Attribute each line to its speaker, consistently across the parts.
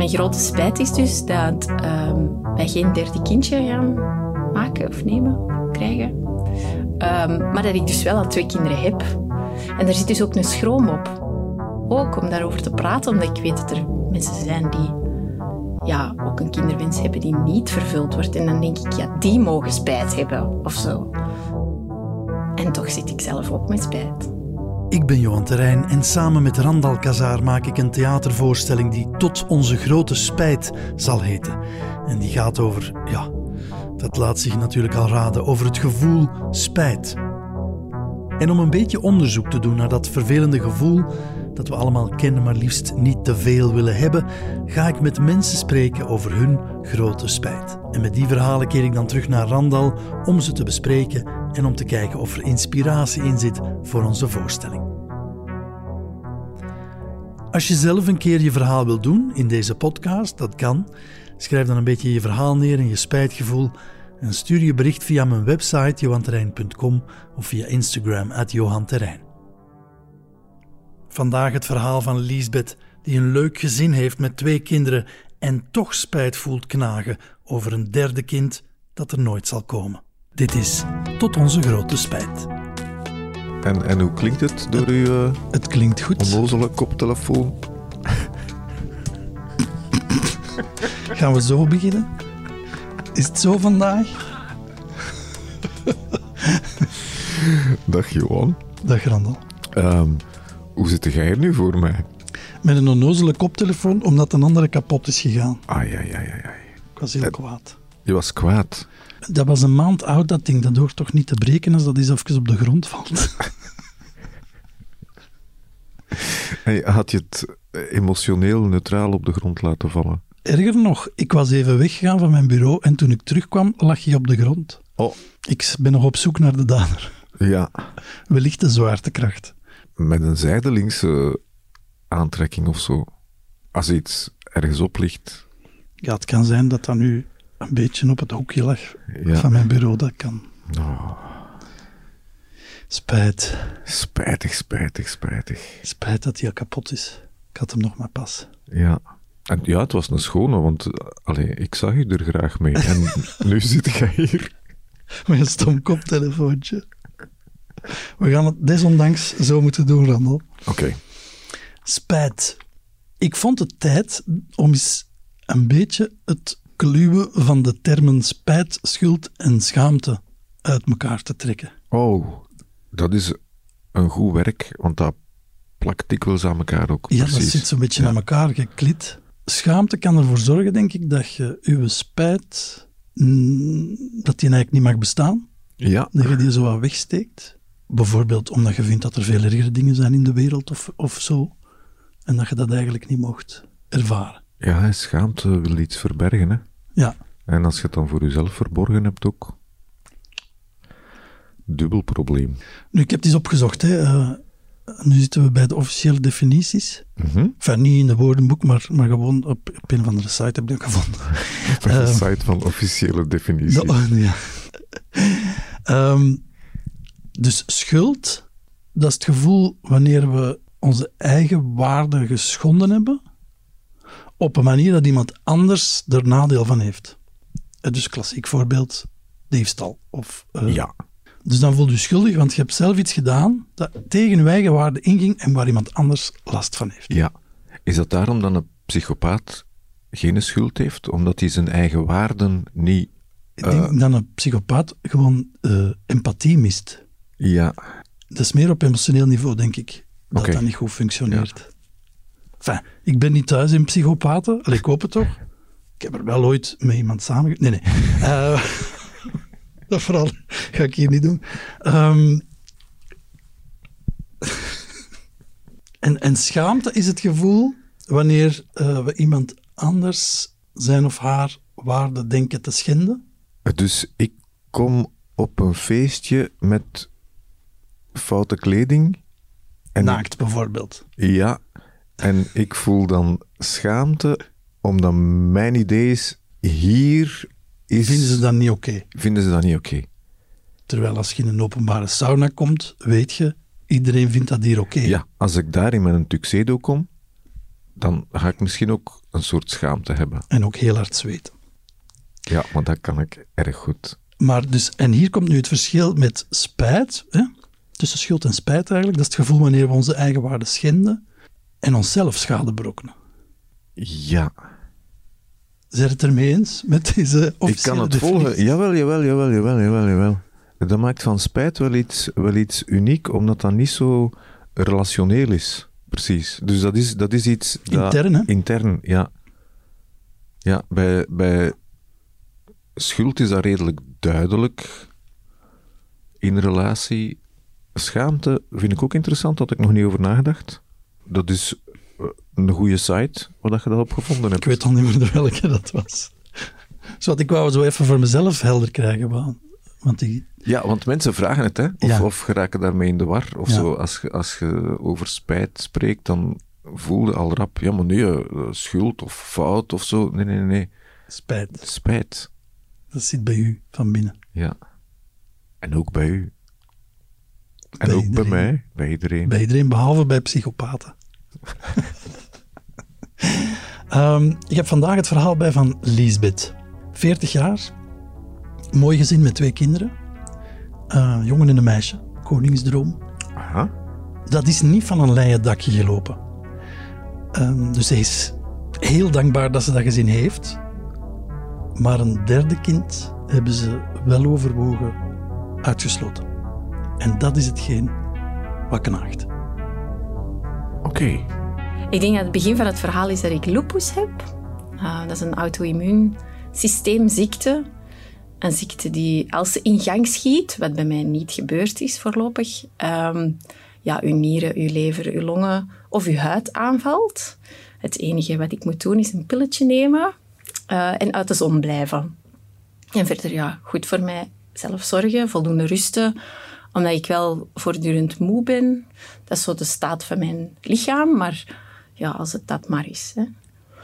Speaker 1: Mijn grote spijt is dus dat wij geen derde kindje gaan maken of krijgen. Maar dat ik dus wel al 2 kinderen heb. En daar zit dus ook een schroom op. Ook om daarover te praten, omdat ik weet dat er mensen zijn die ook een kinderwens hebben die niet vervuld wordt. En dan denk ik, die mogen spijt hebben of zo. En toch zit ik zelf ook met spijt.
Speaker 2: Ik ben Johan Terrein en samen met Randal Kazaar maak ik een theatervoorstelling die Tot onze grote spijt zal heten. En die gaat over, dat laat zich natuurlijk al raden, over het gevoel spijt. En om een beetje onderzoek te doen naar dat vervelende gevoel dat we allemaal kennen, maar liefst niet te veel willen hebben, ga ik met mensen spreken over hun grote spijt. En met die verhalen keer ik dan terug naar Randal om ze te bespreken en om te kijken of er inspiratie in zit voor onze voorstelling. Als je zelf een keer je verhaal wilt doen in deze podcast, dat kan. Schrijf dan een beetje je verhaal neer en je spijtgevoel en stuur je bericht via mijn website johanterrein.com of via Instagram @johanterrein. Vandaag het verhaal van Liesbeth, die een leuk gezin heeft met 2 kinderen en toch spijt voelt knagen over een derde kind dat er nooit zal komen. Dit is Tot onze grote spijt.
Speaker 3: En hoe klinkt het door uw
Speaker 2: het klinkt goed.
Speaker 3: onnozele koptelefoon?
Speaker 2: Gaan we zo beginnen? Is het zo vandaag?
Speaker 3: Dag Johan.
Speaker 2: Dag Randal.
Speaker 3: Hoe zit jij er nu voor mij?
Speaker 2: Met een onnozele koptelefoon, omdat een andere kapot is gegaan.
Speaker 3: Ai.
Speaker 2: Ik was heel kwaad.
Speaker 3: Je was kwaad.
Speaker 2: Dat was een maand oud, dat ding. Dat hoort toch niet te breken als dat eens even op de grond valt.
Speaker 3: Hey, had je het emotioneel neutraal op de grond laten vallen?
Speaker 2: Erger nog, ik was even weggegaan van mijn bureau en toen ik terugkwam, lag hij op de grond.
Speaker 3: Oh.
Speaker 2: Ik ben nog op zoek naar de dader.
Speaker 3: Ja.
Speaker 2: Wellicht de zwaartekracht.
Speaker 3: Met een zijdelingse aantrekking of zo. Als iets ergens op ligt.
Speaker 2: Ja, het kan zijn dat dat nu een beetje op het hoekje lag van mijn bureau. Dat kan.
Speaker 3: Oh.
Speaker 2: Spijt.
Speaker 3: Spijtig.
Speaker 2: Spijt dat hij al kapot is. Ik had hem nog maar pas.
Speaker 3: Ja. En ja, het was een schone, want ik zag u er graag mee. En nu zit jij hier.
Speaker 2: Met een stom koptelefoontje. We gaan het desondanks zo moeten doen, Randal.
Speaker 3: Oké.
Speaker 2: Spijt. Ik vond het tijd om eens een beetje het kluwen van de termen spijt, schuld en schaamte uit elkaar te trekken.
Speaker 3: Oh, dat is een goed werk, want dat plakt dikwijls aan elkaar ook.
Speaker 2: Ja,
Speaker 3: precies.
Speaker 2: Dat zit zo'n beetje aan elkaar geklit. Schaamte kan ervoor zorgen, denk ik, dat je je spijt, dat die eigenlijk niet mag bestaan.
Speaker 3: Ja.
Speaker 2: Dat je die zo wat wegsteekt. Bijvoorbeeld omdat je vindt dat er veel ergere dingen zijn in de wereld of zo. En dat je dat eigenlijk niet mocht ervaren.
Speaker 3: Ja, schaamte wil iets verbergen, hè.
Speaker 2: Ja.
Speaker 3: En als je het dan voor jezelf verborgen hebt ook, dubbel probleem.
Speaker 2: Nu, ik heb het eens opgezocht, hè. Nu zitten we bij de officiële definities.
Speaker 3: Mm-hmm.
Speaker 2: Enfin, niet in de woordenboek, maar gewoon op een of andere site heb ik dat gevonden.
Speaker 3: Bij de site van officiële definities.
Speaker 2: Ja. Dus schuld, dat is het gevoel wanneer we onze eigen waarde geschonden hebben, op een manier dat iemand anders er nadeel van heeft. Dus klassiek voorbeeld, diefstal.
Speaker 3: Ja.
Speaker 2: Dus dan voel je schuldig, want je hebt zelf iets gedaan dat tegen je eigen waarde inging en waar iemand anders last van heeft.
Speaker 3: Ja. Is dat daarom dat een psychopaat geen schuld heeft? Omdat hij zijn eigen waarden niet...
Speaker 2: Ik denk dat een psychopaat gewoon empathie mist.
Speaker 3: Ja.
Speaker 2: Dat is meer op emotioneel niveau, denk ik, dat dat niet goed functioneert. Ja. Enfin, ik ben niet thuis in psychopaten. Allee, ik hoop het toch. Ik heb er wel ooit met iemand samen... Nee. Dat vooral ga ik hier niet doen. En schaamte is het gevoel wanneer we iemand anders zijn of haar waarde denken te schenden.
Speaker 3: Dus ik kom op een feestje met foute kleding. En
Speaker 2: naakt bijvoorbeeld.
Speaker 3: Ja, en ik voel dan schaamte, omdat mijn idee is, hier is...
Speaker 2: Vinden ze dat niet oké?
Speaker 3: Vinden ze dat niet oké.
Speaker 2: Terwijl als je in een openbare sauna komt, weet je, iedereen vindt dat hier oké.
Speaker 3: Ja, als ik daar in mijn tuxedo kom, dan ga ik misschien ook een soort schaamte hebben.
Speaker 2: En ook heel hard zweten.
Speaker 3: Ja, maar dat kan ik erg goed.
Speaker 2: Maar dus, en hier komt nu het verschil met spijt, hè? Tussen schuld en spijt eigenlijk. Dat is het gevoel wanneer we onze eigen waarde schenden en onszelf schade berokkenen.
Speaker 3: Ja.
Speaker 2: Zijn het ermee eens met deze officiële
Speaker 3: Ik kan het volgen. Jawel. Dat maakt van spijt wel iets uniek, omdat dat niet zo relationeel is. Precies. Dus dat is iets...
Speaker 2: Intern, hè?
Speaker 3: Intern, ja. Ja, bij schuld is dat redelijk duidelijk in relatie. Schaamte vind ik ook interessant, had ik nog niet over nagedacht. Dat is een goede site waar je dat op gevonden hebt.
Speaker 2: Ik weet al niet meer welke dat was. Ik wou het zo even voor mezelf helder krijgen. Want
Speaker 3: mensen vragen het, hè? Of geraken daarmee in de war. Of
Speaker 2: Ja.
Speaker 3: zo. Als je over spijt spreekt, dan voel je al rap, ja, maar nee, schuld of fout of zo. Nee. Spijt.
Speaker 2: Dat zit bij u, van binnen.
Speaker 3: Ja. En ook bij u. En
Speaker 2: Bij
Speaker 3: ook
Speaker 2: iedereen.
Speaker 3: bij mij, bij iedereen.
Speaker 2: Bij iedereen, behalve bij psychopaten. Ik heb vandaag het verhaal bij van Liesbeth. 40 jaar, mooi gezin met 2 kinderen. Jongen en een meisje, koningsdroom.
Speaker 3: Aha.
Speaker 2: Dat is niet van een leien dakje gelopen. Dus zij is heel dankbaar dat ze dat gezin heeft. Maar een 3e kind hebben ze wel overwogen uitgesloten. En dat is hetgeen wat knaagt.
Speaker 3: Oké.
Speaker 1: Ik denk dat het begin van het verhaal is dat ik lupus heb. Dat is een auto-immuunsysteemziekte. Een ziekte die, als ze in gang schiet, wat bij mij niet gebeurd is voorlopig, uw nieren, uw lever, uw longen of uw huid aanvalt. Het enige wat ik moet doen is een pilletje nemen en uit de zon blijven. En verder goed voor mijzelf zorgen, voldoende rusten, omdat ik wel voortdurend moe ben. Dat is zo de staat van mijn lichaam, maar ja, als het dat maar is. Hè.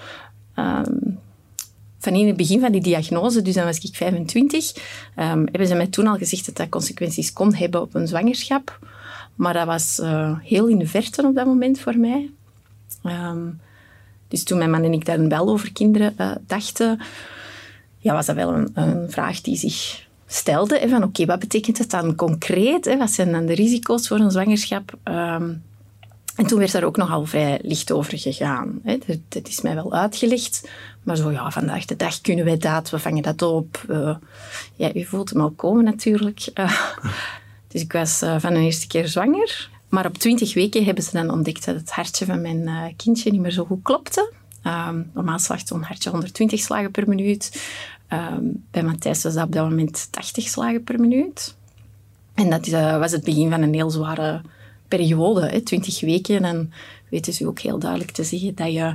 Speaker 1: Van in het begin van die diagnose, dus dan was ik 25, hebben ze mij toen al gezegd dat dat consequenties kon hebben op een zwangerschap. Maar dat was heel in de verte op dat moment voor mij. Dus toen mijn man en ik daar wel over kinderen dachten, was dat wel een vraag die zich stelde. Van oké, wat betekent het dan concreet? Hè? Wat zijn dan de risico's voor een zwangerschap? En toen werd daar ook nogal vrij licht over gegaan. Hè. Dat is mij wel uitgelegd. Maar zo, vandaag de dag kunnen wij dat, we vangen dat op. U voelt hem al komen natuurlijk. Dus ik was van de eerste keer zwanger. Maar op 20 weken hebben ze dan ontdekt dat het hartje van mijn kindje niet meer zo goed klopte. Normaal slaagt zo'n hartje 120 slagen per minuut. Bij Matthijs was dat op dat moment 80 slagen per minuut. En dat was het begin van een heel zware periode, hè, 20 weken. En dan weten ze ook heel duidelijk te zeggen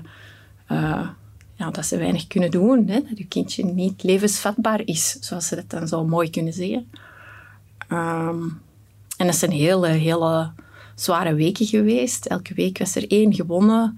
Speaker 1: dat ze weinig kunnen doen. Hè, dat je kindje niet levensvatbaar is, zoals ze dat dan zo mooi kunnen zeggen. En dat zijn hele zware weken geweest. Elke week was er 1 gewonnen.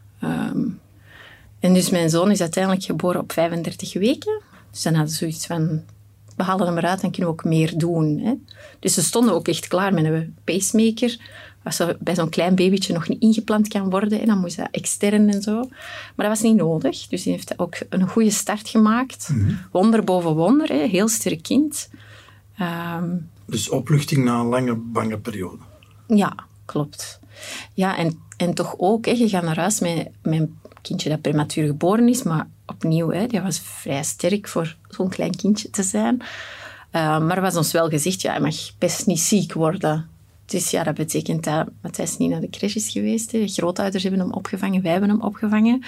Speaker 1: En dus mijn zoon is uiteindelijk geboren op 35 weken. Dus dan hadden ze zoiets van, we halen hem eruit, dan kunnen we ook meer doen. Hè. Dus ze stonden ook echt klaar met een pacemaker, wat bij zo'n klein babytje nog niet ingeplant kan worden. En dan moest dat extern en zo. Maar dat was niet nodig. Dus hij heeft ook een goede start gemaakt. Mm-hmm. Wonder boven wonder, hè. Heel sterk kind.
Speaker 2: Dus opluchting na een lange, bange periode.
Speaker 1: Ja, klopt. Ja, en toch ook, hè, je gaat naar huis met mijn kindje dat prematuur geboren is, maar opnieuw, hè, die was vrij sterk voor zo'n klein kindje te zijn. Maar er was ons wel gezegd, hij mag best niet ziek worden. Dus ja, dat betekent dat hij is niet naar de crash is geweest. Hè. De grootouders hebben hem opgevangen, wij hebben hem opgevangen.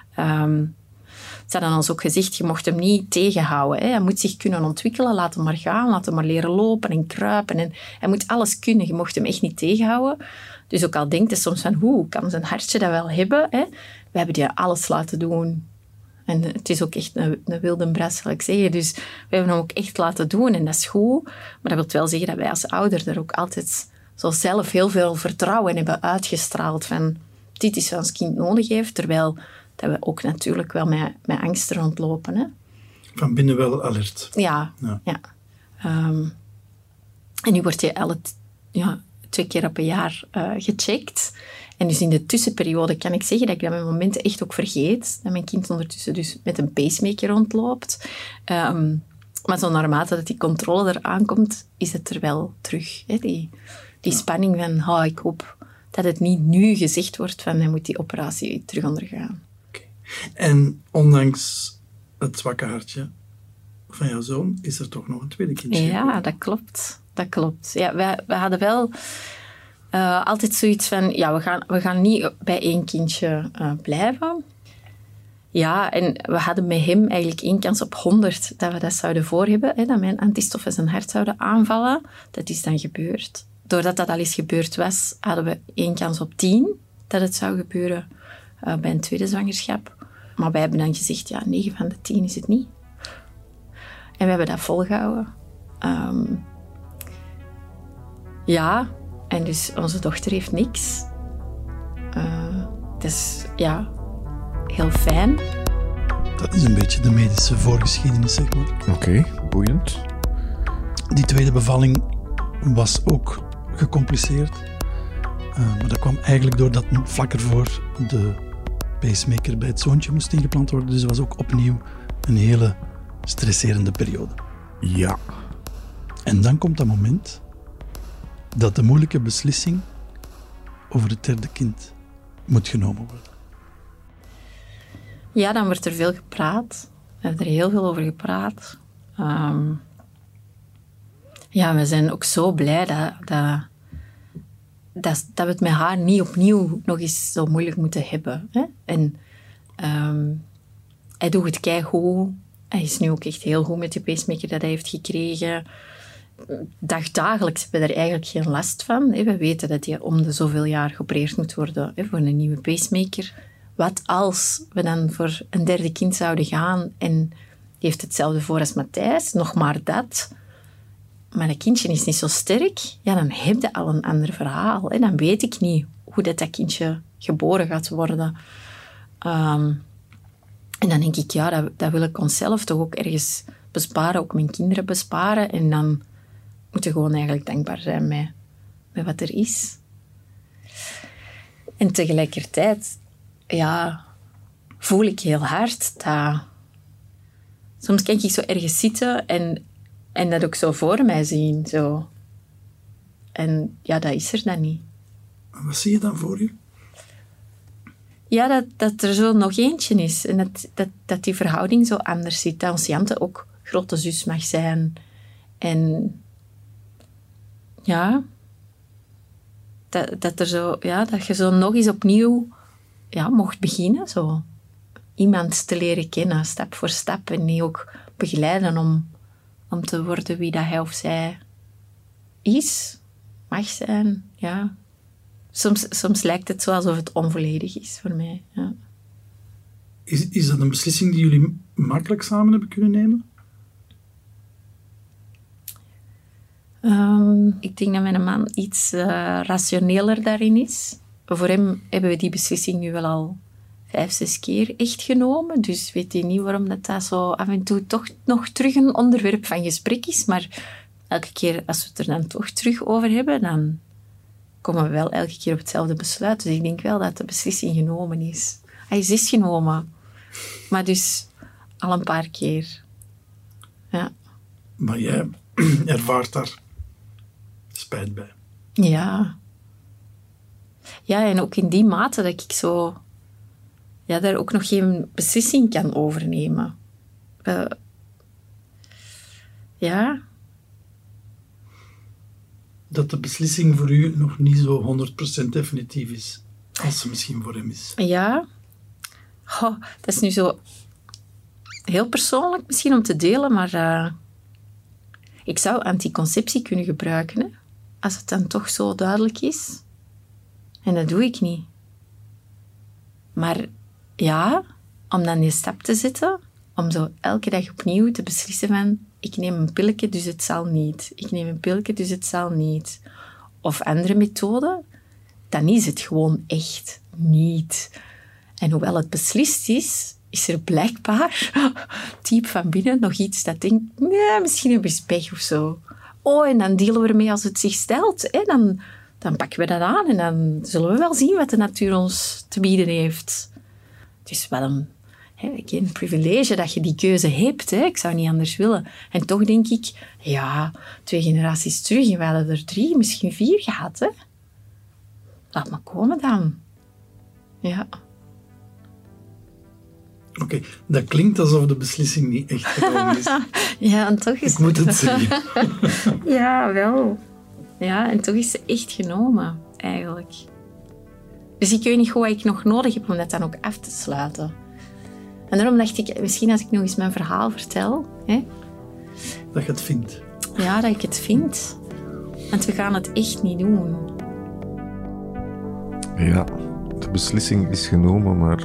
Speaker 1: Ze hadden ons ook gezegd, je mocht hem niet tegenhouden. Hè. Hij moet zich kunnen ontwikkelen, laat hem maar gaan, laat hem maar leren lopen en kruipen. En hij moet alles kunnen, je mocht hem echt niet tegenhouden. Dus ook al denkt hij soms van, hoe kan zijn hartje dat wel hebben? Hè? We hebben die alles laten doen. En het is ook echt een wilde bras, zal ik zeggen. Dus we hebben hem ook echt laten doen en dat is goed. Maar dat wil wel zeggen dat wij als ouder er ook altijd zo zelf heel veel vertrouwen hebben uitgestraald van dit is wat ons kind nodig heeft, terwijl dat we ook natuurlijk wel met angst rondlopen. Hè?
Speaker 2: Van binnen wel alert.
Speaker 1: Ja. En nu word je 2 keer op een jaar gecheckt. En dus in de tussenperiode kan ik zeggen dat ik dat met momenten echt ook vergeet. Dat mijn kind ondertussen dus met een pacemaker rondloopt. Maar zo naarmate dat die controle eraan komt, is het er wel terug. Hè? Die spanning van, ik hoop dat het niet nu gezegd wordt van hij moet die operatie terug ondergaan.
Speaker 2: Okay. En ondanks het zwakke hartje van jouw zoon, is er toch nog een tweede kindje?
Speaker 1: Ja, dat klopt. Ja, we hadden wel altijd zoiets van, we gaan niet bij 1 kindje blijven. Ja, en we hadden met hem eigenlijk 1 kans op 100 dat we dat zouden voor hebben, hè, dat mijn antistoffen zijn hart zouden aanvallen. Dat is dan gebeurd. Doordat dat al eens gebeurd was, hadden we 1 kans op 10 dat het zou gebeuren bij een tweede zwangerschap. Maar wij hebben dan gezegd, 9 van de 10 is het niet. En we hebben dat volgehouden. En dus onze dochter heeft niks. Dus heel fijn.
Speaker 2: Dat is een beetje de medische voorgeschiedenis, zeg maar.
Speaker 3: Oké, boeiend.
Speaker 2: Die tweede bevalling was ook gecompliceerd. Maar dat kwam eigenlijk doordat vlak ervoor de pacemaker bij het zoontje moest ingeplant worden. Dus dat was ook opnieuw een hele stresserende periode.
Speaker 3: Ja.
Speaker 2: En dan komt dat moment dat de moeilijke beslissing over het derde kind moet genomen worden.
Speaker 1: Ja, dan wordt er veel gepraat. We hebben er heel veel over gepraat. We zijn ook zo blij dat we het met haar niet opnieuw nog eens zo moeilijk moeten hebben. Hè? En hij doet het keigoed. Hij is nu ook echt heel goed met de pacemaker dat hij heeft gekregen. Dagelijks hebben we er eigenlijk geen last van. We weten dat hij om de zoveel jaar geopereerd moet worden voor een nieuwe pacemaker. Wat als we dan voor een derde kind zouden gaan en die heeft hetzelfde voor als Matthijs, nog maar dat, maar dat kindje is niet zo sterk, dan heb je al een ander verhaal. Dan weet ik niet hoe dat kindje geboren gaat worden. En dan denk ik, dat wil ik onszelf toch ook ergens besparen, ook mijn kinderen besparen. En dan moeten we gewoon eigenlijk dankbaar zijn met wat er is. En tegelijkertijd, voel ik heel hard dat... Soms kan ik zo ergens zitten en dat ook zo voor mij zien. Zo. En dat is er dan niet.
Speaker 2: Wat zie je dan voor je?
Speaker 1: Ja, dat er zo nog eentje is. En dat die verhouding zo anders zit. Dat ons Jante ook grote zus mag zijn. En dat er zo... dat je zo nog eens opnieuw mocht beginnen. Zo. Iemand te leren kennen, stap voor stap. En die ook begeleiden om te worden wie dat hij of zij is. Mag zijn, ja. Soms lijkt het zo alsof het onvolledig is voor mij. Ja.
Speaker 2: Is dat een beslissing die jullie makkelijk samen hebben kunnen nemen?
Speaker 1: Ik denk dat mijn man iets rationeler daarin is. Voor hem hebben we die beslissing nu wel al 5-6 keer echt genomen. Dus weet hij niet waarom dat zo af en toe toch nog terug een onderwerp van gesprek is. Maar elke keer als we het er dan toch terug over hebben, dan komen we wel elke keer op hetzelfde besluit. Dus ik denk wel dat de beslissing genomen is. Hij is genomen. Maar dus al een paar keer. Ja.
Speaker 2: Maar jij ervaart daar spijt bij.
Speaker 1: Ja. Ja, en ook in die mate dat ik zo... daar ook nog geen beslissing kan overnemen. Ja.
Speaker 2: Dat de beslissing voor u nog niet zo 100% definitief is, als ze misschien voor hem is.
Speaker 1: Ja. Dat is nu zo heel persoonlijk misschien om te delen, maar ik zou anticonceptie kunnen gebruiken, hè, als het dan toch zo duidelijk is. En dat doe ik niet. Maar om dan die stap te zetten, om zo elke dag opnieuw te beslissen van, ik neem een pilletje, dus het zal niet. Ik neem een pilletje, dus het zal niet. Of andere methoden, dan is het gewoon echt niet. En hoewel het beslist is, is er blijkbaar diep van binnen nog iets dat denkt, nee, misschien heb je pech of zo. En dan dealen we ermee als het zich stelt. Hè? Dan dan pakken we dat aan en dan zullen we wel zien wat de natuur ons te bieden heeft. Het is wel een privilege dat je die keuze hebt. Hè. Ik zou niet anders willen. En toch denk ik, 2 generaties terug en we hadden er 3, misschien 4 gehad. Hè. Laat maar komen dan. Ja.
Speaker 2: Oké, dat klinkt alsof de beslissing niet echt genomen is.
Speaker 1: Ja, en toch is
Speaker 2: Ik moet het zeggen.
Speaker 1: Ja, wel. Ja, en toch is ze echt genomen, eigenlijk. Dus ik weet niet goed wat ik nog nodig heb om dat dan ook af te sluiten. En daarom dacht ik, misschien als ik nog eens mijn verhaal vertel... Hè,
Speaker 2: Dat je het vindt.
Speaker 1: ja, dat ik het vind. Want we gaan het echt niet doen.
Speaker 3: Ja, de beslissing is genomen, maar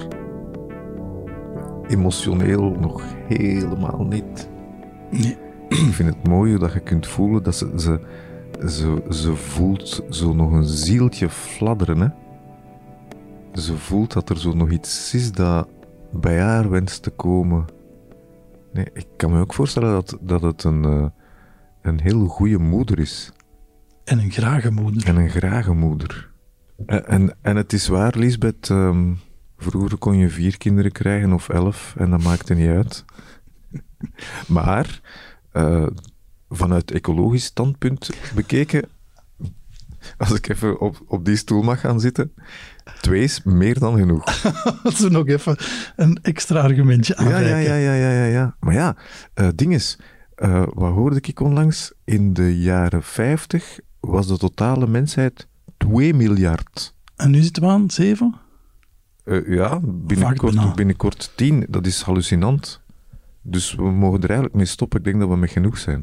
Speaker 3: emotioneel nog helemaal niet.
Speaker 2: Nee.
Speaker 3: Ik vind het mooi dat je kunt voelen dat ze voelt zo nog een zieltje fladderen. Hè? Ze voelt dat er zo nog iets is dat bij haar wenst te komen. Nee, ik kan me ook voorstellen dat het een heel goede moeder is.
Speaker 2: En een grage moeder.
Speaker 3: En een grage moeder. En het is waar, Liesbeth, vroeger kon je 4 kinderen krijgen of 11 en dat maakte niet uit. Maar vanuit ecologisch standpunt bekeken, als ik even op die stoel mag gaan zitten, 2 is meer dan genoeg.
Speaker 2: Als we nog even een extra argumentje aanreiken.
Speaker 3: Ja. Maar ja, ding is, wat hoorde ik onlangs? In de jaren 50 was de totale mensheid 2 miljard.
Speaker 2: En nu zitten we aan 7?
Speaker 3: Ja, binnenkort 10. Dat is hallucinant. Dus we mogen er eigenlijk mee stoppen. Ik denk dat we met genoeg zijn.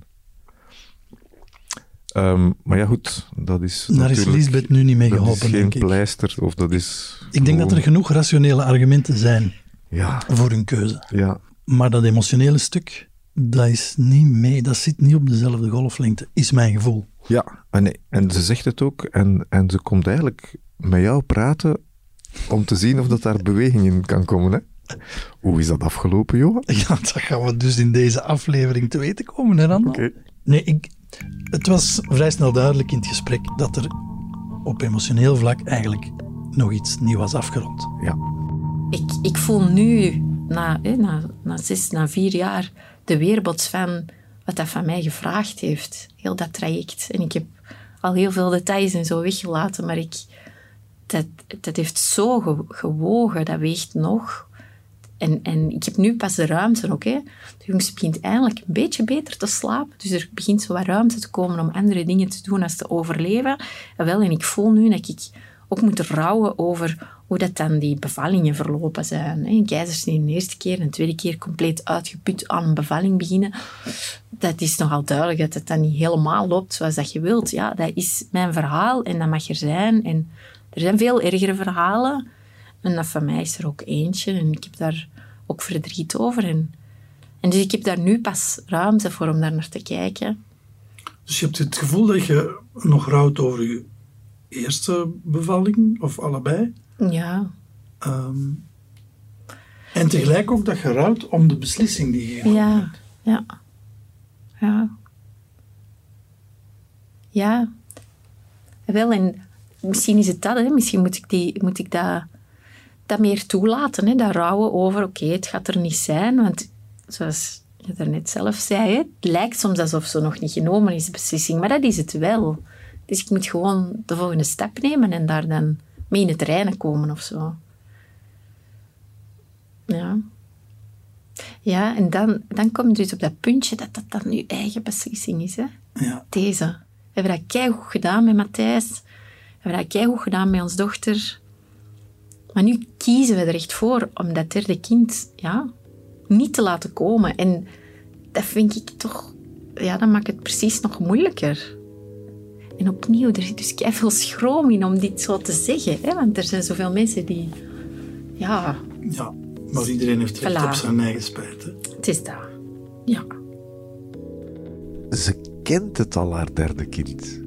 Speaker 3: Maar ja, goed, dat is
Speaker 2: Daar is Liesbeth nu niet mee geholpen,
Speaker 3: dat is geen
Speaker 2: denk ik.
Speaker 3: pleister, of dat is...
Speaker 2: Ik denk dat er genoeg rationele argumenten zijn voor hun keuze.
Speaker 3: Ja.
Speaker 2: Maar dat emotionele stuk, dat is niet mee. Dat zit niet op dezelfde golflengte, is mijn gevoel.
Speaker 3: Ja, en ze zegt het ook. En ze komt eigenlijk met jou praten om te zien of dat daar beweging in kan komen. Hè? Hoe is dat afgelopen, Johan?
Speaker 2: Ja, dat gaan we dus in deze aflevering te weten komen, hè, Randal?
Speaker 3: Oké.
Speaker 2: Nee, het was vrij snel duidelijk in het gesprek dat er op emotioneel vlak eigenlijk nog iets niet was afgerond.
Speaker 3: Ja.
Speaker 1: Ik voel nu, na 4 jaar, de weerbots van wat dat van mij gevraagd heeft. Heel dat traject. En ik heb al heel veel details en zo weggelaten, maar dat heeft zo gewogen, dat weegt nog. En ik heb nu pas de ruimte ook. Hè. De jongste begint eindelijk een beetje beter te slapen. Dus er begint zo wat ruimte te komen om andere dingen te doen als te overleven. En ik voel nu dat ik ook moet rouwen over hoe dat dan die bevallingen verlopen zijn. Hè. Keizersnee de eerste keer en de tweede keer compleet uitgeput aan een bevalling beginnen. Dat is nogal duidelijk dat het dan niet helemaal loopt zoals dat je wilt. Ja, dat is mijn verhaal en dat mag er zijn. En er zijn veel ergere verhalen. En dat van mij is er ook eentje. En ik heb daar ook verdriet over. En dus ik heb daar nu pas ruimte voor om daar naar te kijken.
Speaker 2: Dus je hebt het gevoel dat je nog rouwt over je eerste bevalling, of allebei.
Speaker 1: Ja.
Speaker 2: En tegelijk ook dat je rouwt om de beslissing die je genomen hebt.
Speaker 1: Ja. Wel, en misschien is het dat, hè. Misschien moet ik dat meer toelaten, hè. Dat rouwen over, oké, het gaat er niet zijn, want zoals je daarnet zelf zei, hè, het lijkt soms alsof ze nog niet genomen is, de beslissing, maar dat is het wel. Dus ik moet gewoon de volgende stap nemen en daar dan mee in het reinen komen of zo. Ja. Ja, en dan kom je dus op dat puntje dat dan je eigen beslissing is, hè.
Speaker 2: Ja.
Speaker 1: Deze. We hebben dat keigoed gedaan met Matthijs. We hebben dat keigoed gedaan met ons dochter. Maar nu kiezen we er echt voor om dat derde kind niet te laten komen. En dat vind ik toch... Ja, dat maakt het precies nog moeilijker. En opnieuw, er zit dus keiveel schroom in om dit zo te zeggen. Hè? Want er zijn zoveel mensen die... Ja,
Speaker 2: maar iedereen heeft recht op zijn eigen spijt. Hè?
Speaker 1: Het is dat. Ja.
Speaker 3: Ze kent het al, haar derde kind.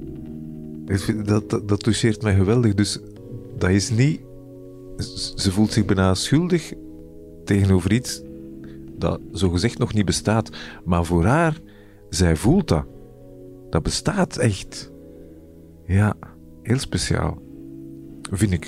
Speaker 3: Dat toucheert mij geweldig. Dus dat is niet... Ze voelt zich bijna schuldig tegenover iets dat zogezegd nog niet bestaat. Maar voor haar, zij voelt dat. Dat bestaat echt. Ja. heel speciaal. Vind ik.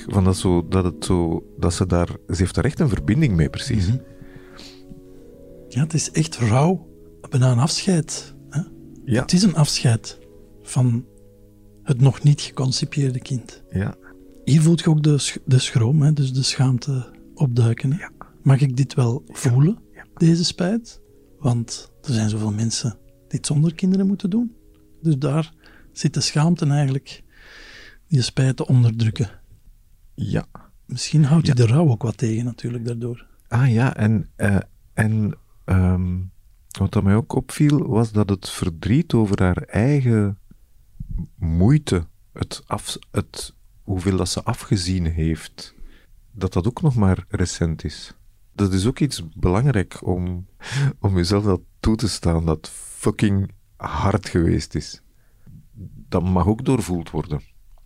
Speaker 3: Ze heeft daar echt een verbinding mee, precies.
Speaker 2: Mm-hmm. Ja, het is echt rouw. Bijna een afscheid. Hè?
Speaker 3: Ja.
Speaker 2: Het is een afscheid van het nog niet geconcipeerde kind.
Speaker 3: Ja.
Speaker 2: Hier voelt je ook de schroom, hè? Dus de schaamte opduiken. Hè?
Speaker 3: Ja.
Speaker 2: Mag ik dit wel voelen, deze spijt? Want er zijn zoveel mensen die het zonder kinderen moeten doen. Dus daar zit de schaamte eigenlijk die spijt te onderdrukken.
Speaker 3: Ja.
Speaker 2: Misschien houdt hij de rouw ook wat tegen natuurlijk daardoor.
Speaker 3: Ah ja, en wat dat mij ook opviel, was dat het verdriet over haar eigen moeite, hoeveel dat ze afgezien heeft, dat ook nog maar recent is. Dat is ook iets belangrijk om jezelf dat toe te staan, dat fucking hard geweest is. Dat mag ook doorvoeld worden.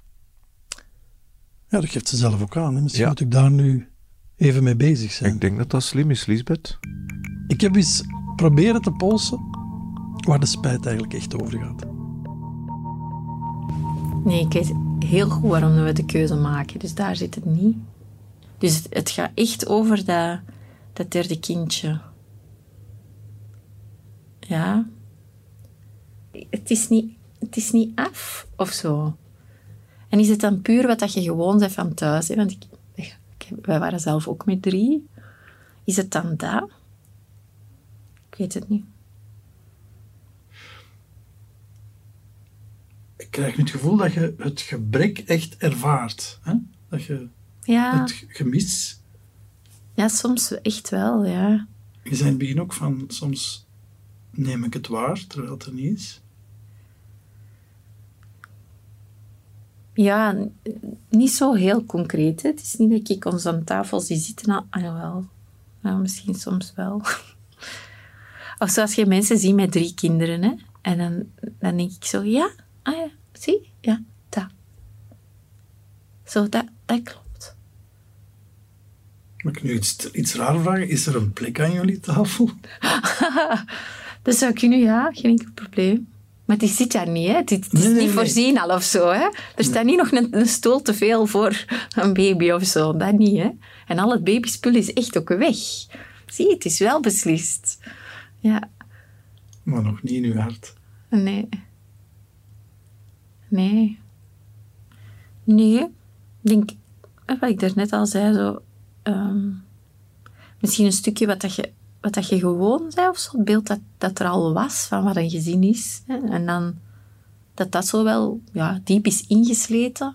Speaker 2: Ja, dat geeft ze zelf ook aan. Hè? Misschien moet ik daar nu even mee bezig zijn.
Speaker 3: Ik denk dat dat slim is, Lisbeth.
Speaker 2: Ik heb eens proberen te polsen waar de spijt eigenlijk echt over gaat.
Speaker 1: Nee, ik weet heel goed waarom we de keuze maken. Dus daar zit het niet. Dus het gaat echt over dat derde kindje. Ja. Het is niet af of zo. En is het dan puur wat je gewoon bent van thuis? Hè? Want wij waren zelf ook met 3. Is het dan dat? Ik weet het niet.
Speaker 2: Ik krijg nu het gevoel dat je het gebrek echt ervaart. Hè? Dat je het gemis...
Speaker 1: Ja, soms echt wel, ja.
Speaker 2: Je zei in het begin ook van, soms neem ik het waar, terwijl het er niet is.
Speaker 1: Ja, niet zo heel concreet. Hè. Het is niet dat ik ons aan tafel zie zitten. Wel. Nou, misschien soms wel. Of zoals je mensen ziet met 3 kinderen. Hè. En dan denk ik zo, ja, zie, ja, dat. Zo, dat klopt.
Speaker 2: Mag ik nu iets raar vragen? Is er een plek aan jullie tafel?
Speaker 1: Dat zou kunnen, ja, geen enkel probleem. Maar die zit daar niet, hè. Het is niet voorzien al of zo, hè. Er staat niet nog een stoel te veel voor een baby of zo. Dat niet, hè. En al het babyspul is echt ook weg. Zie, het is wel beslist. Ja.
Speaker 2: Maar nog niet in uw hart.
Speaker 1: Nee. Ik denk, wat ik daarnet al zei, zo... misschien een stukje wat dat je gewoon zei, of zo, het beeld dat er al was van wat een gezin is. Hè? En dan dat zo wel diep is ingesleten.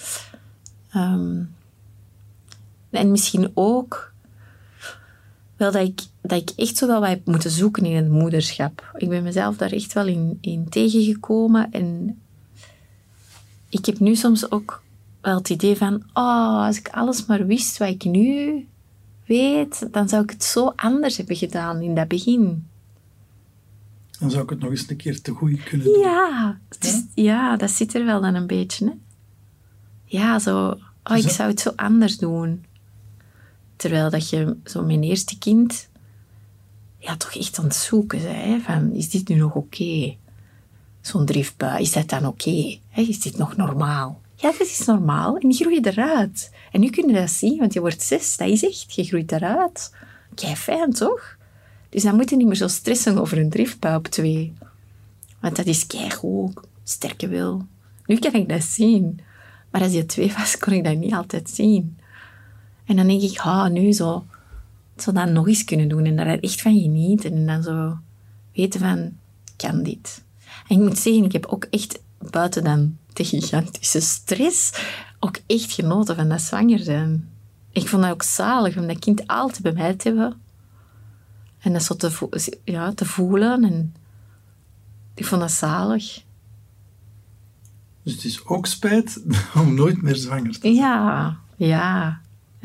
Speaker 1: En misschien ook wel dat ik echt zo wel wat heb moeten zoeken in het moederschap. Ik ben mezelf daar echt wel in tegengekomen. En ik heb nu soms ook wel het idee van, als ik alles maar wist wat ik nu weet, dan zou ik het zo anders hebben gedaan in dat begin.
Speaker 2: Dan zou ik het nog eens een keer te goed kunnen doen.
Speaker 1: Ja, dat zit er wel dan een beetje. Hè? Ja, zo... ik zou het zo anders doen. Terwijl dat je zo mijn eerste kind... toch echt aan het zoeken bent. Van, is dit nu nog oké? Zo'n driftbui, is dat dan oké? Is dit nog normaal? Ja, dat is normaal. En die groei eruit. En nu kun je dat zien, want je wordt 6. Dat is echt, je groeit eruit. Kei fijn, toch? Dus dan moet je niet meer zo stressen over een driftbui op 2. Want dat is keigoed. Sterke wil. Nu kan ik dat zien. Maar als je 2 was, kon ik dat niet altijd zien. En dan denk ik, nu zo dat nog eens kunnen doen. En daar echt van genieten. En dan zo weten van, kan dit? En ik moet zeggen, ik heb ook echt buiten dan de gigantische stress ook echt genoten van dat zwanger zijn. Ik vond dat ook zalig om dat kind altijd bij mij te hebben. En dat zo te voelen. En ik vond dat zalig.
Speaker 2: Dus het is ook spijt om nooit meer zwanger te zijn.
Speaker 1: Ja,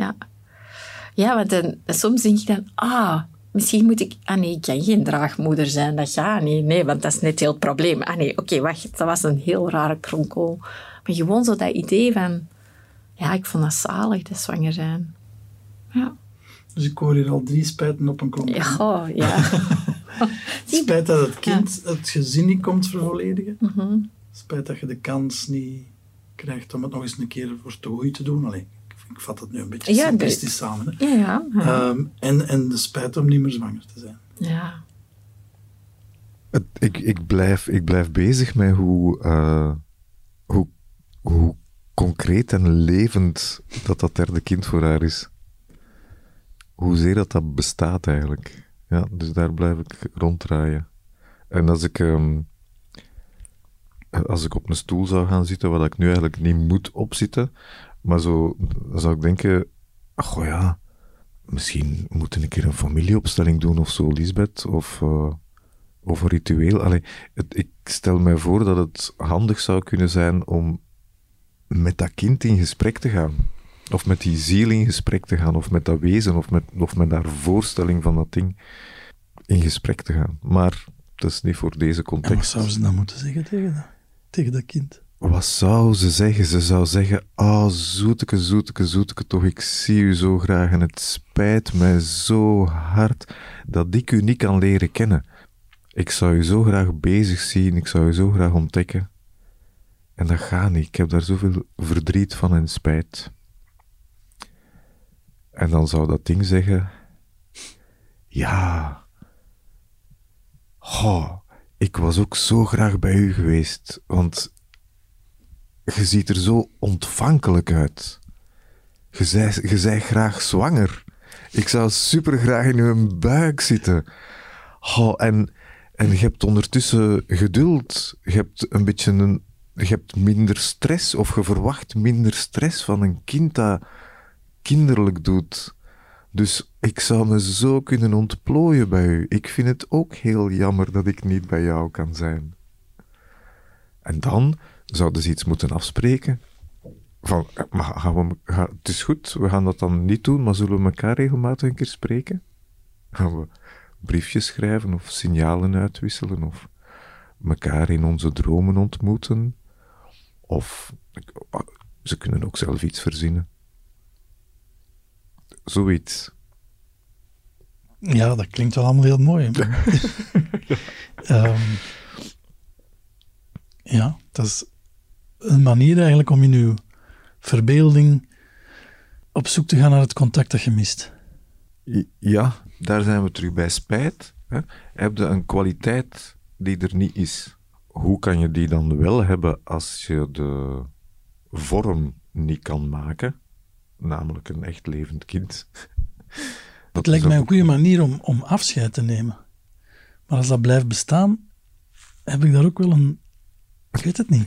Speaker 1: want soms denk ik dan, misschien moet ik... ik kan geen draagmoeder zijn, dat gaat niet. Nee, want dat is net heel het probleem. Oké, wacht, dat was een heel rare kronkel. Maar gewoon zo dat idee van... Ja, ik vond dat zalig, dat zwanger zijn. Ja.
Speaker 2: Dus ik hoor hier al 3 spijten op een klomp.
Speaker 1: Ja.
Speaker 2: Spijt dat het kind het gezin niet komt vervolledigen.
Speaker 1: Mm-hmm.
Speaker 2: Spijt dat je de kans niet krijgt om het nog eens een keer voor te goed te doen. Allee, ik vat het nu een beetje
Speaker 1: Ja,
Speaker 2: simplistisch samen. Hè.
Speaker 1: Ja.
Speaker 2: En de spijt om niet meer zwanger te zijn.
Speaker 1: Ja.
Speaker 3: Ik blijf bezig met hoe concreet en levend dat derde kind voor haar is. Hoezeer dat bestaat eigenlijk. Ja, dus daar blijf ik ronddraaien. En als ik op een stoel zou gaan zitten, wat ik nu eigenlijk niet moet opzitten, maar zo, dan zou ik denken, goh ja, misschien moet ik een keer een familieopstelling doen of zo, Lisbeth, of een ritueel. Allee, ik stel mij voor dat het handig zou kunnen zijn om met dat kind in gesprek te gaan. Of met die ziel in gesprek te gaan, of met dat wezen, of met haar voorstelling van dat ding in gesprek te gaan. Maar dat is niet voor deze
Speaker 2: En
Speaker 3: context.
Speaker 2: wat zou ze dan moeten zeggen tegen dat kind?
Speaker 3: Wat zou ze zeggen? Ze zou zeggen, zoeteke, toch, ik zie u zo graag en het spijt mij zo hard dat ik u niet kan leren kennen. Ik zou u zo graag bezig zien, ik zou u zo graag ontdekken. En dat gaat niet, ik heb daar zoveel verdriet van en spijt. En dan zou dat ding zeggen, ja, ik was ook zo graag bij u geweest, want je ziet er zo ontvankelijk uit. Je zei graag zwanger. Ik zou super graag in uw buik zitten. En je hebt ondertussen geduld. Je hebt minder stress, of je verwacht minder stress van een kind dat kinderlijk doet. Dus ik zou me zo kunnen ontplooien bij u. Ik vind het ook heel jammer dat ik niet bij jou kan zijn. En dan zouden ze iets moeten afspreken. Van, het is goed, we gaan dat dan niet doen, maar zullen we elkaar regelmatig een keer spreken? Gaan we briefjes schrijven of signalen uitwisselen of elkaar in onze dromen ontmoeten? Of ze kunnen ook zelf iets verzinnen. Zoiets.
Speaker 2: Ja, dat klinkt wel allemaal heel mooi. Ja, dat is een manier eigenlijk om in uw verbeelding op zoek te gaan naar het contact dat je mist.
Speaker 3: Ja, daar zijn we terug bij spijt. Hè? Heb je een kwaliteit die er niet is? Hoe kan je die dan wel hebben als je de vorm niet kan maken? Namelijk een echt levend kind.
Speaker 2: Het lijkt mij een goede manier om afscheid te nemen. Maar als dat blijft bestaan, heb ik daar ook wel een... Ik weet het niet.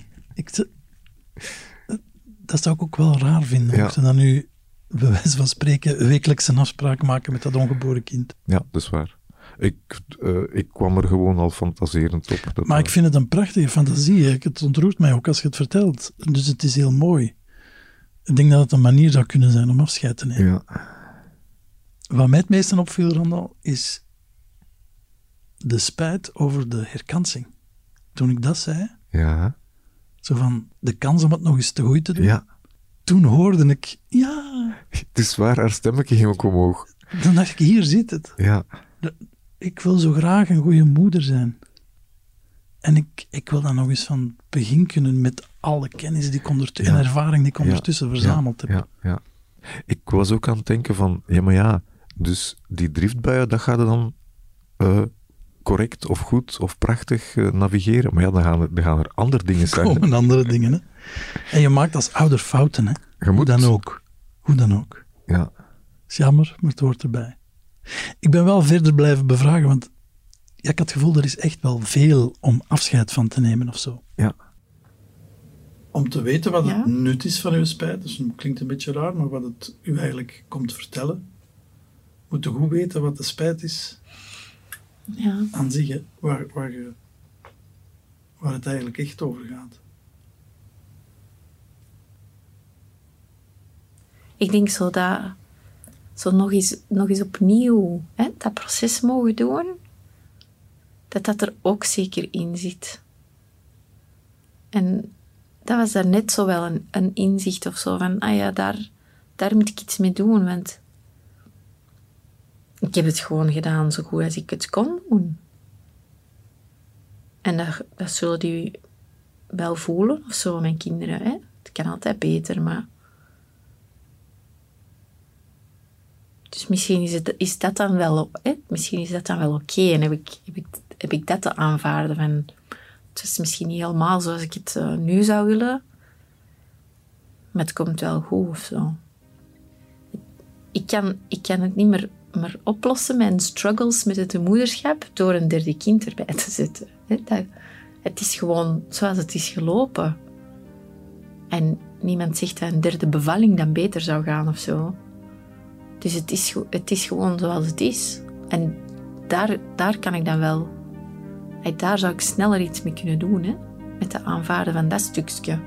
Speaker 2: Dat zou ik ook wel raar vinden.
Speaker 3: Ja.
Speaker 2: Mocht je dan nu, bij wijze van spreken, wekelijks een afspraak maken met dat ongeboren kind.
Speaker 3: Ja, dat is waar. Ik kwam er gewoon al fantaserend op.
Speaker 2: Maar ik vind het een prachtige fantasie. Hè. Het ontroert mij ook als je het vertelt. Dus het is heel mooi. Ik denk dat het een manier zou kunnen zijn om afscheid te nemen.
Speaker 3: Ja.
Speaker 2: Wat mij het meeste opviel, Randal, is de spijt over de herkansing. Toen ik dat zei,
Speaker 3: Ja.
Speaker 2: zo van de kans om het nog eens te goed te doen,
Speaker 3: Ja.
Speaker 2: toen hoorde ik, ja,
Speaker 3: Het is waar, haar stemmetje ging ook omhoog.
Speaker 2: dan dacht ik, hier zit het.
Speaker 3: Ja.
Speaker 2: Ik wil zo graag een goede moeder zijn. En ik wil dan nog eens van het begin kunnen met alle kennis die ik en ervaring die ik ondertussen verzameld heb.
Speaker 3: Ja. Ik was ook aan het denken van, dus die driftbuien, dat gaat er dan correct of goed of prachtig navigeren. Maar ja, dan gaan er andere dingen zijn.
Speaker 2: Komen andere dingen, hè. En je maakt als ouder fouten, hè.
Speaker 3: Je moet.
Speaker 2: Hoe dan ook.
Speaker 3: Ja.
Speaker 2: Is jammer, maar het hoort erbij. Ik ben wel verder blijven bevragen, want ik had het gevoel, er is echt wel veel om afscheid van te nemen of zo.
Speaker 3: Ja.
Speaker 2: Om te weten wat het nut is van uw spijt, dus het klinkt een beetje raar, maar wat het u eigenlijk komt vertellen, moet je goed weten wat de spijt is aan zich, hè, waar het eigenlijk echt over gaat.
Speaker 1: Ik denk zo nog eens opnieuw dat proces mogen doen, dat er ook zeker in zit. En dat was daar net zo wel een inzicht of zo van, daar moet ik iets mee doen, want ik heb het gewoon gedaan zo goed als ik het kon doen. En dat zullen die wel voelen, of zo, mijn kinderen. Hè? Het kan altijd beter, maar... Dus misschien is dat dan wel... Misschien is dat dan wel oké. En heb ik dat te aanvaarden van... Het is misschien niet helemaal zoals ik het nu zou willen. Maar het komt wel goed of zo. Ik kan het niet meer oplossen, mijn struggles met het moederschap, door een derde kind erbij te zetten. Het is gewoon zoals het is gelopen. En niemand zegt dat een derde bevalling dan beter zou gaan of zo. Dus het is gewoon zoals het is. En daar kan ik dan wel... Daar zou ik sneller iets mee kunnen doen, hè? Met het aanvaarden van dat stukje.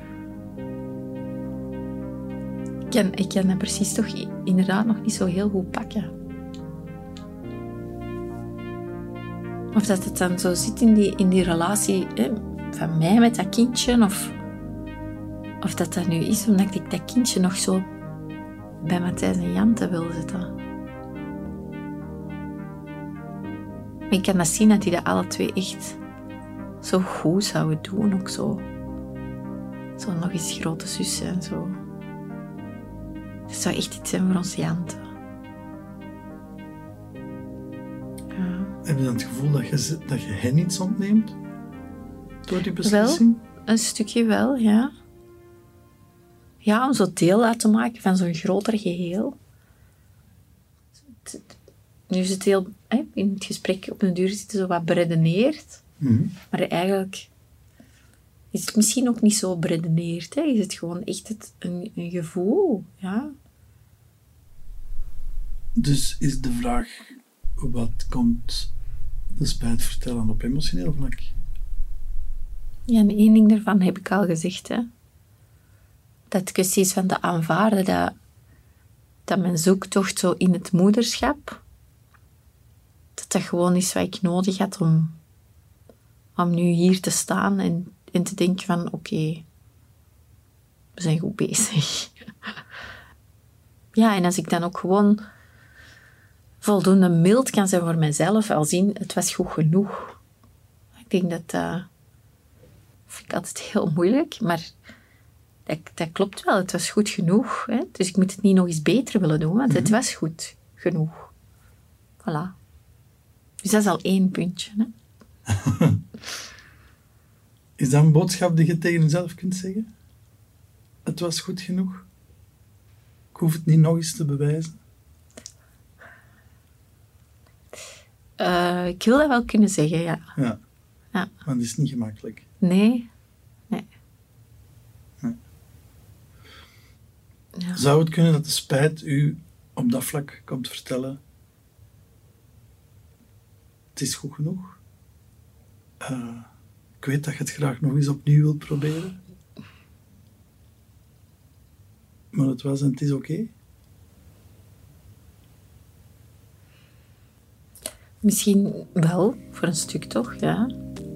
Speaker 1: Ik kan dat precies toch inderdaad nog niet zo heel goed pakken. Of dat het dan zo zit in die relatie van mij met dat kindje, of dat nu is omdat ik dat kindje nog zo bij Matthijs en Jante wil zetten. Maar ik kan dat zien dat die dat alle twee echt zo goed zouden doen, ook zo. Zo nog eens grote zussen en zo. Het zou echt iets zijn voor ons Jante. Ja.
Speaker 2: Heb je dan het gevoel dat je hen iets ontneemt? Door die beslissing?
Speaker 1: Wel, een stukje wel, ja. Ja, om zo deel uit te maken van zo'n groter geheel. Nu is het heel... in het gesprek op een duur zitten zo wat beredeneerd.
Speaker 2: Mm-hmm.
Speaker 1: Maar eigenlijk is het misschien ook niet zo beredeneerd. Is het gewoon echt een gevoel, ja.
Speaker 2: Dus is de vraag, wat komt de spijt vertellen op emotioneel vlak?
Speaker 1: Ja, en één ding daarvan heb ik al gezegd, hè. Dat het kwestie is van te aanvaarden dat mijn zoektocht zo in het moederschap, dat gewoon is wat ik nodig had om nu hier te staan en te denken van oké, we zijn goed bezig. Ja, en als ik dan ook gewoon voldoende mild kan zijn voor mezelf, al zien, het was goed genoeg. Ik denk dat vind ik altijd heel moeilijk, maar dat klopt wel. Het was goed genoeg. Hè? Dus ik moet het niet nog eens beter willen doen, want het was goed genoeg. Voilà. Dus dat is al 1 puntje. Hè?
Speaker 2: Is dat een boodschap die je tegen jezelf kunt zeggen? Het was goed genoeg? Ik hoef het niet nog eens te bewijzen.
Speaker 1: Ik wil dat wel kunnen zeggen, ja.
Speaker 2: Ja.
Speaker 1: Ja.
Speaker 2: Maar het is niet gemakkelijk.
Speaker 1: Nee.
Speaker 2: Ja. Zou het kunnen dat de spijt u op dat vlak komt vertellen: het is goed genoeg? Ik weet dat je het graag nog eens opnieuw wilt proberen. Maar het was en het is oké?
Speaker 1: Misschien wel, voor een stuk toch, ja.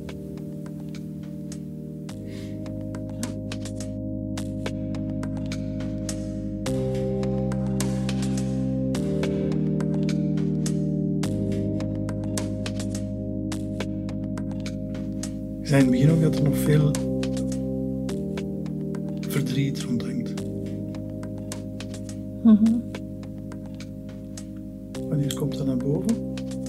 Speaker 2: Ik zei in het begin ook dat er nog veel verdriet rondhangt.
Speaker 1: Mm-hmm.
Speaker 2: Wanneer komt dat naar boven?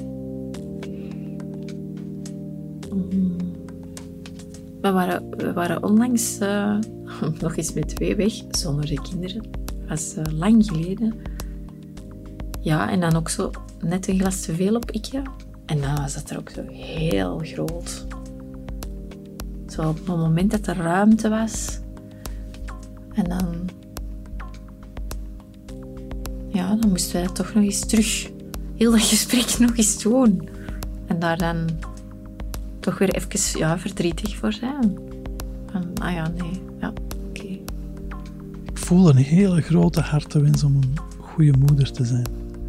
Speaker 1: We waren onlangs nog eens met 2 weg, zonder de kinderen. Dat was lang geleden. Ja, en dan ook zo net een glas te veel op ikje. En dan was dat er ook zo heel groot. Zo op het moment dat er ruimte was. En dan... Ja, dan moesten we dat toch nog eens terug... Heel dat gesprek nog eens doen. En daar dan... toch weer even verdrietig voor zijn. Van, nee, ja, oké.
Speaker 2: Ik voel een hele grote hartenwens om een goede moeder te zijn.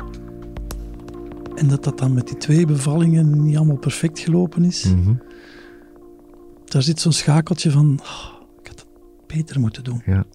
Speaker 2: En dat dan met die 2 bevallingen niet allemaal perfect gelopen is.
Speaker 3: Mm-hmm.
Speaker 2: Daar zit zo'n schakeltje van, ik had het beter moeten doen.
Speaker 3: Ja.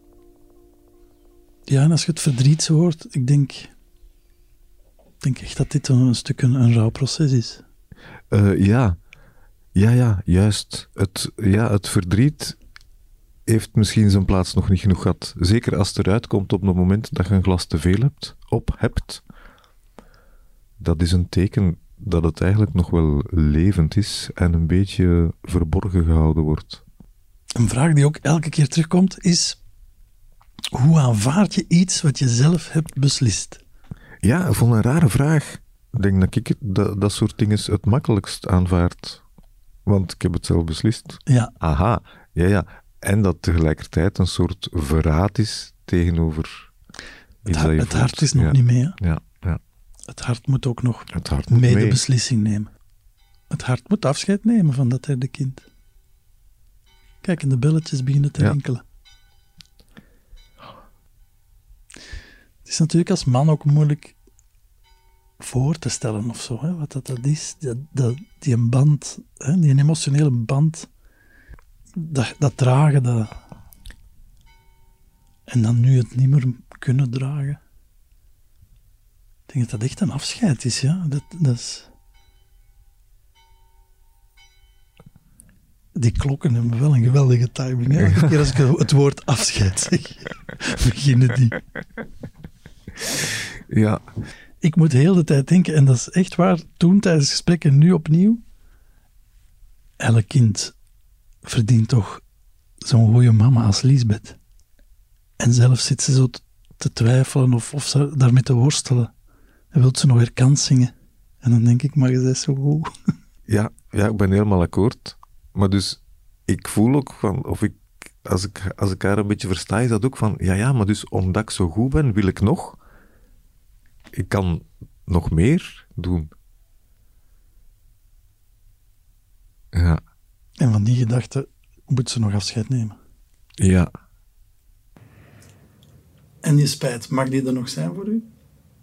Speaker 2: Ja, en als je het verdriet zo hoort, ik denk echt dat dit een stuk een rouwproces is.
Speaker 3: Ja, juist. Het verdriet heeft misschien zijn plaats nog niet genoeg gehad. Zeker als het eruit komt op het moment dat je een glas te veel hebt. Dat is een teken dat het eigenlijk nog wel levend is en een beetje verborgen gehouden wordt.
Speaker 2: Een vraag die ook elke keer terugkomt is: hoe aanvaard je iets wat je zelf hebt beslist?
Speaker 3: Ja, ik vond een rare vraag. Ik denk dat ik dat soort dingen het makkelijkst aanvaard. Want ik heb het zelf beslist.
Speaker 2: Ja.
Speaker 3: Aha, ja. En dat tegelijkertijd een soort verraad is tegenover iets dat je
Speaker 2: Het
Speaker 3: voelt.
Speaker 2: hart is nog niet mee. Hè?
Speaker 3: Ja.
Speaker 2: Het hart moet ook nog
Speaker 3: Het hart moet
Speaker 2: mee de
Speaker 3: mee.
Speaker 2: beslissing nemen. Het hart moet afscheid nemen van dat derde kind. Kijk, en de belletjes beginnen te rinkelen. Het is natuurlijk als man ook moeilijk voor te stellen of zo, hè, wat dat is. Die een band, hè, die emotionele band, dat dragen, en dan nu het niet meer kunnen dragen. Ik denk dat dat echt een afscheid is, ja. Dat is... Die klokken hebben wel een geweldige timing. Hè? Elke keer als ik het woord afscheid zeg, beginnen die.
Speaker 3: Ja.
Speaker 2: Ik moet heel de tijd denken, en dat is echt waar, toen tijdens gesprekken en nu opnieuw, elk kind verdient toch zo'n goede mama als Liesbeth. En zelf zit ze zo te twijfelen of ze daarmee te worstelen. En wil ze nog weer kans zingen. En dan denk ik, maar je bent zo goed.
Speaker 3: Ja, ik ben helemaal akkoord. Maar dus, ik voel ook van, als ik haar een beetje versta, is dat ook van, maar dus omdat ik zo goed ben, wil ik nog. Ik kan nog meer doen. Ja.
Speaker 2: En van die gedachte moet ze nog afscheid nemen.
Speaker 3: Ja.
Speaker 2: En die spijt, mag die er nog zijn voor u?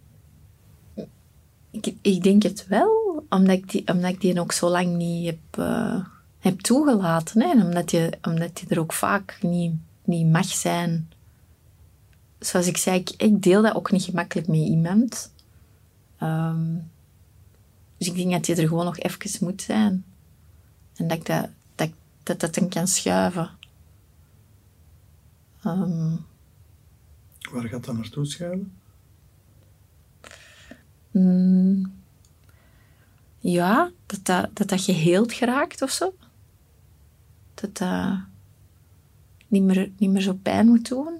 Speaker 1: Ik denk het wel, omdat ik die nog zo lang niet heb toegelaten. Hè? En omdat die er ook vaak niet mag zijn. Zoals ik zei, ik deel dat ook niet gemakkelijk met iemand. Dus ik denk dat die er gewoon nog even moet zijn. En dat dan kan schuiven.
Speaker 2: Waar gaat dat naartoe schuiven?
Speaker 1: Ja, dat geheeld geraakt of zo. Dat niet meer zo pijn moet doen.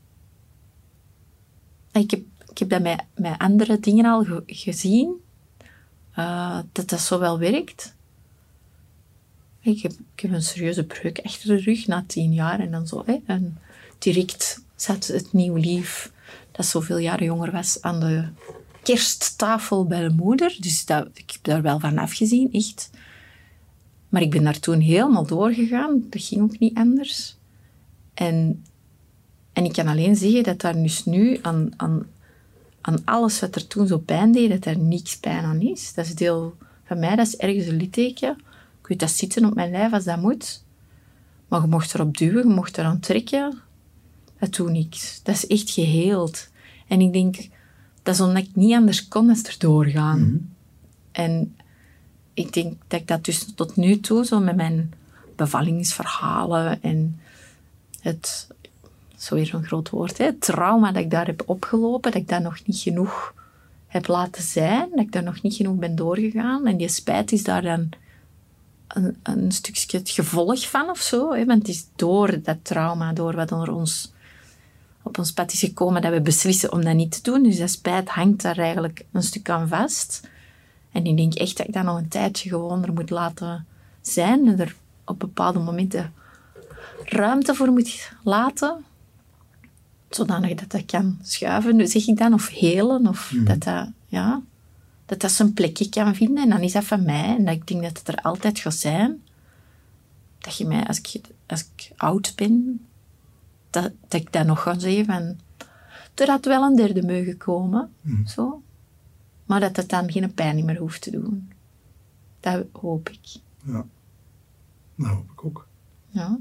Speaker 1: Ik heb dat met andere dingen al gezien. Dat zo wel werkt. Ik heb een serieuze breuk achter de rug na 10 jaar. En dan zo, en direct zat het nieuw lief, dat zoveel jaren jonger was, aan de kersttafel bij de moeder. Dus ik heb daar wel van afgezien, echt. Maar ik ben daar toen helemaal doorgegaan. Dat ging ook niet anders. En ik kan alleen zeggen dat daar dus nu aan alles wat er toen zo pijn deed, dat daar niks pijn aan is. Dat is deel van mij, dat is ergens een litteken. Ik weet dat zitten op mijn lijf als dat moet. Maar je mocht erop duwen, je mocht eraan trekken. Dat doet niks. Dat is echt geheeld. En ik denk, dat is omdat ik niet anders kon als erdoor gaan. Mm-hmm. En ik denk dat ik dat dus tot nu toe, zo met mijn bevallingsverhalen en het, zo weer zo'n groot woord, het trauma dat ik daar heb opgelopen, dat ik dat nog niet genoeg heb laten zijn, dat ik daar nog niet genoeg ben doorgegaan. En die spijt is daar dan een stukje het gevolg van of zo. Want het is door dat trauma, door wat er op ons pad is gekomen, dat we beslissen om dat niet te doen. Dus dat spijt hangt daar eigenlijk een stuk aan vast. En ik denk echt dat ik dat nog een tijdje gewoon er moet laten zijn. En er op bepaalde momenten ruimte voor moet laten. Zodanig dat kan schuiven, zeg ik dan, of helen. Of dat zijn plekje kan vinden. En dan is dat van mij. En dat ik denk dat het er altijd gaat zijn. Dat je mij, als ik oud ben, dat ik dan nog ga zeggen van, er had wel een derde mogen komen. Zo. Maar dat het dan geen pijn meer hoeft te doen. Dat hoop ik.
Speaker 2: Ja. Dat hoop ik ook.
Speaker 1: Ja.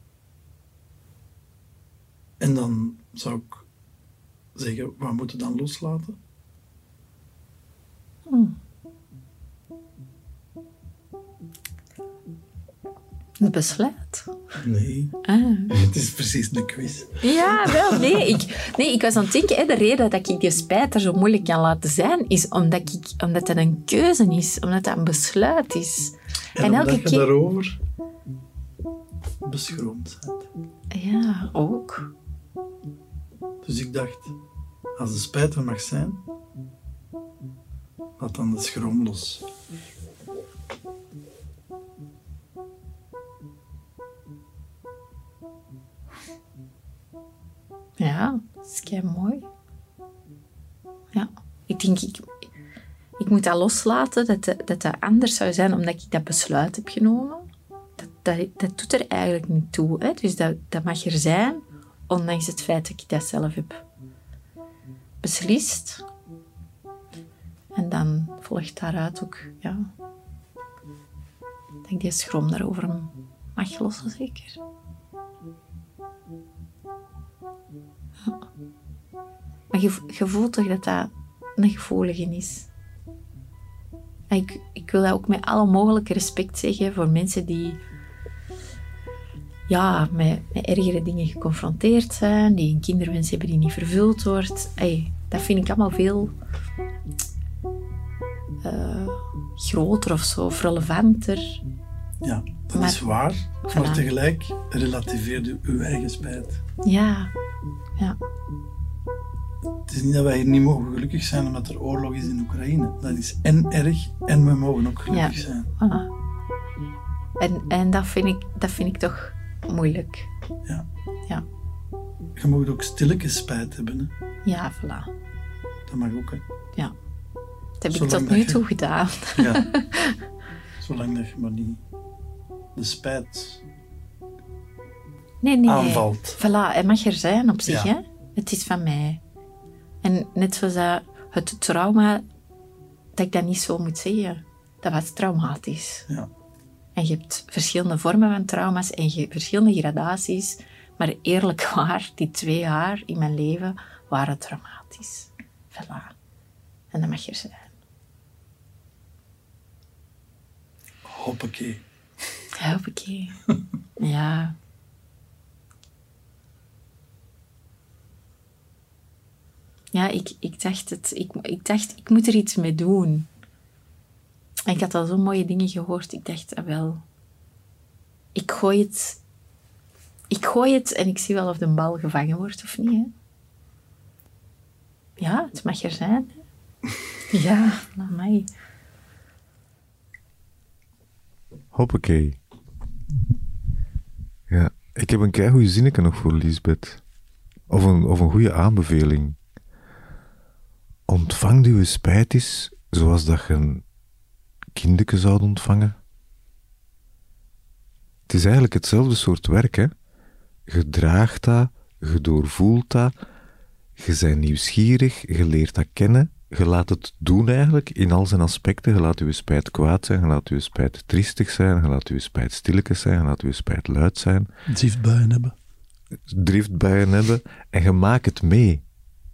Speaker 2: En dan zou ik zeggen, wat moeten we dan loslaten?
Speaker 1: Het besluit.
Speaker 2: Nee.
Speaker 1: Ah.
Speaker 2: Het is precies een quiz.
Speaker 1: Ja, wel, nee. Ik was aan het denken, de reden dat ik die spijt er zo moeilijk kan laten zijn, is omdat dat een keuze is, omdat dat een besluit is.
Speaker 2: En omdat je daarover beschroomd bent.
Speaker 1: Ja, ook.
Speaker 2: Dus ik dacht, als de spijt er mag zijn, laat dan de schroom los.
Speaker 1: Ja, dat is kei mooi. Ja, ik denk, ik moet dat loslaten, dat anders zou zijn omdat ik dat besluit heb genomen. Dat doet er eigenlijk niet toe. Hè? Dus dat mag er zijn, ondanks het feit dat ik dat zelf heb beslist. En dan volgt daaruit ook, ja, dat ik die schroom daarover mag lossen, zeker. Ja. Maar je voelt toch dat dat een gevoelige is. En ik wil dat ook met alle mogelijke respect zeggen voor mensen die ja, met ergere dingen geconfronteerd zijn, die een kinderwens hebben die niet vervuld wordt. Dat vind ik allemaal veel groter of zo, of relevanter.
Speaker 2: Ja, dat is waar. Voilà. Maar tegelijk relativeert u uw eigen spijt.
Speaker 1: Ja.
Speaker 2: Het is niet dat wij hier niet mogen gelukkig zijn omdat er oorlog is in Oekraïne. Dat is en erg en we mogen ook gelukkig zijn.
Speaker 1: Voilà. En dat vind ik toch moeilijk.
Speaker 2: Ja.
Speaker 1: Ja.
Speaker 2: Je mag ook stilletjes spijt hebben. Hè?
Speaker 1: Ja, voilà.
Speaker 2: Dat mag ook, hè.
Speaker 1: Ja. Dat heb ik tot nu toe gedaan.
Speaker 2: Ja. Zolang dat je maar niet de spijt aanvalt.
Speaker 1: Voilà, het mag er zijn op zich,
Speaker 2: ja.
Speaker 1: Hè. Het is van mij. En net zoals dat, het trauma, dat ik dat niet zo moet zeggen, dat was traumatisch.
Speaker 2: Ja.
Speaker 1: En je hebt verschillende vormen van trauma's en verschillende gradaties. Maar eerlijk waar, die 2 jaar in mijn leven waren traumatisch. Voilà. En dat mag er zijn.
Speaker 2: Hoppakee.
Speaker 1: Hoppakee. Ja. Ja, ik dacht, ik moet er iets mee doen. En ik had al zo mooie dingen gehoord. Ik dacht, wel, ik gooi het en ik zie wel of de bal gevangen wordt of niet. Hè. Ja, het mag er zijn. Ja, amai.
Speaker 3: Hoppakee. Ja, ik heb een keigoeie zinnetje nog voor Liesbeth. Of een goede aanbeveling. Ontvang uw spijt eens zoals dat je een kinderke zou ontvangen. Het is eigenlijk hetzelfde soort werk, hè. Je draagt dat, je doorvoelt dat, je bent nieuwsgierig, je leert dat kennen, je laat het doen eigenlijk in al zijn aspecten. Je laat je spijt kwaad zijn, je laat je spijt triestig zijn, je laat je spijt stilletjes zijn, je laat je spijt luid zijn. Driftbuien hebben. En je maakt het mee.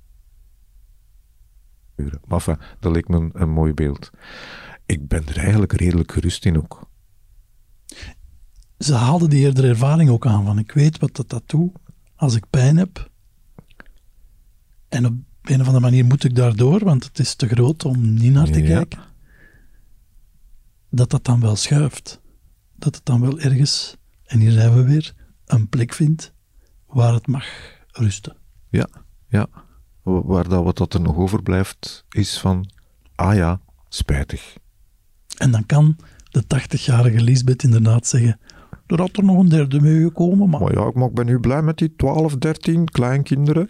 Speaker 3: Maar enfin, dat leek me een mooi beeld. Ik ben er eigenlijk redelijk gerust in ook.
Speaker 2: Ze haalden die eerdere ervaring ook aan, van ik weet wat dat doet als ik pijn heb. En op een of andere manier moet ik daardoor, want het is te groot om niet naar te kijken. Dat dan wel schuift. Dat het dan wel ergens, en hier zijn we weer, een plek vindt waar het mag rusten.
Speaker 3: Ja. Waar dat wat er nog overblijft is van, spijtig.
Speaker 2: En dan kan de 80-jarige Liesbeth inderdaad zeggen, er had er nog een derde mee gekomen, maar
Speaker 3: ja, ik ben nu blij met die 12, 13 kleinkinderen.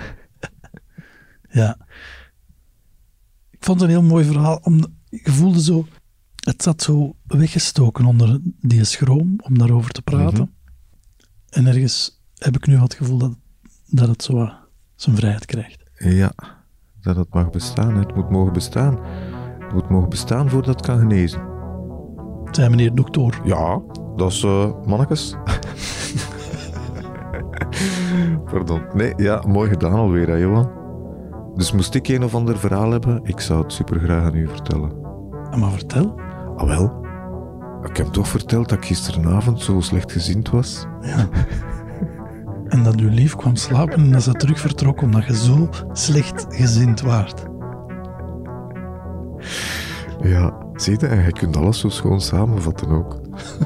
Speaker 2: Ja. Ik vond het een heel mooi verhaal, je voelde zo, het zat zo weggestoken onder die schroom om daarover te praten. Mm-hmm. En ergens heb ik nu het gevoel dat het zo zijn vrijheid krijgt.
Speaker 3: Ja, dat het mag bestaan. Het moet mogen bestaan. Het moet mogen bestaan voordat het kan genezen.
Speaker 2: Zei meneer dokter.
Speaker 3: Ja, dat is mannekes. Pardon. Nee, ja, mooi gedaan alweer, hè, Johan. Dus moest ik een of ander verhaal hebben, ik zou het supergraag aan u vertellen.
Speaker 2: Maar vertel.
Speaker 3: Wel. Ik heb toch verteld dat ik gisteravond zo slechtgezind was.
Speaker 2: Ja. En dat uw lief kwam slapen en dat ze terug vertrok omdat je zo slechtgezind waart.
Speaker 3: Ja, zie je, je kunt alles zo schoon samenvatten ook.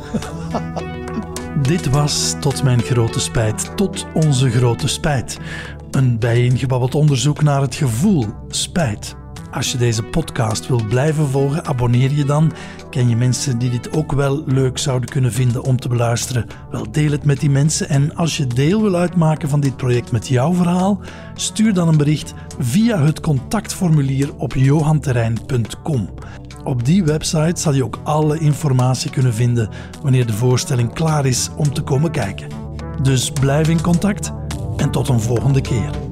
Speaker 2: Dit was tot mijn grote spijt, tot onze grote spijt. Een bijeengebabbeld onderzoek naar het gevoel spijt. Als je deze podcast wil blijven volgen, abonneer je dan. Ken je mensen die dit ook wel leuk zouden kunnen vinden om te beluisteren? Wel, deel het met die mensen. En als je deel wil uitmaken van dit project met jouw verhaal, stuur dan een bericht via het contactformulier op johanterrein.com. Op die website zal je ook alle informatie kunnen vinden wanneer de voorstelling klaar is om te komen kijken. Dus blijf in contact en tot een volgende keer.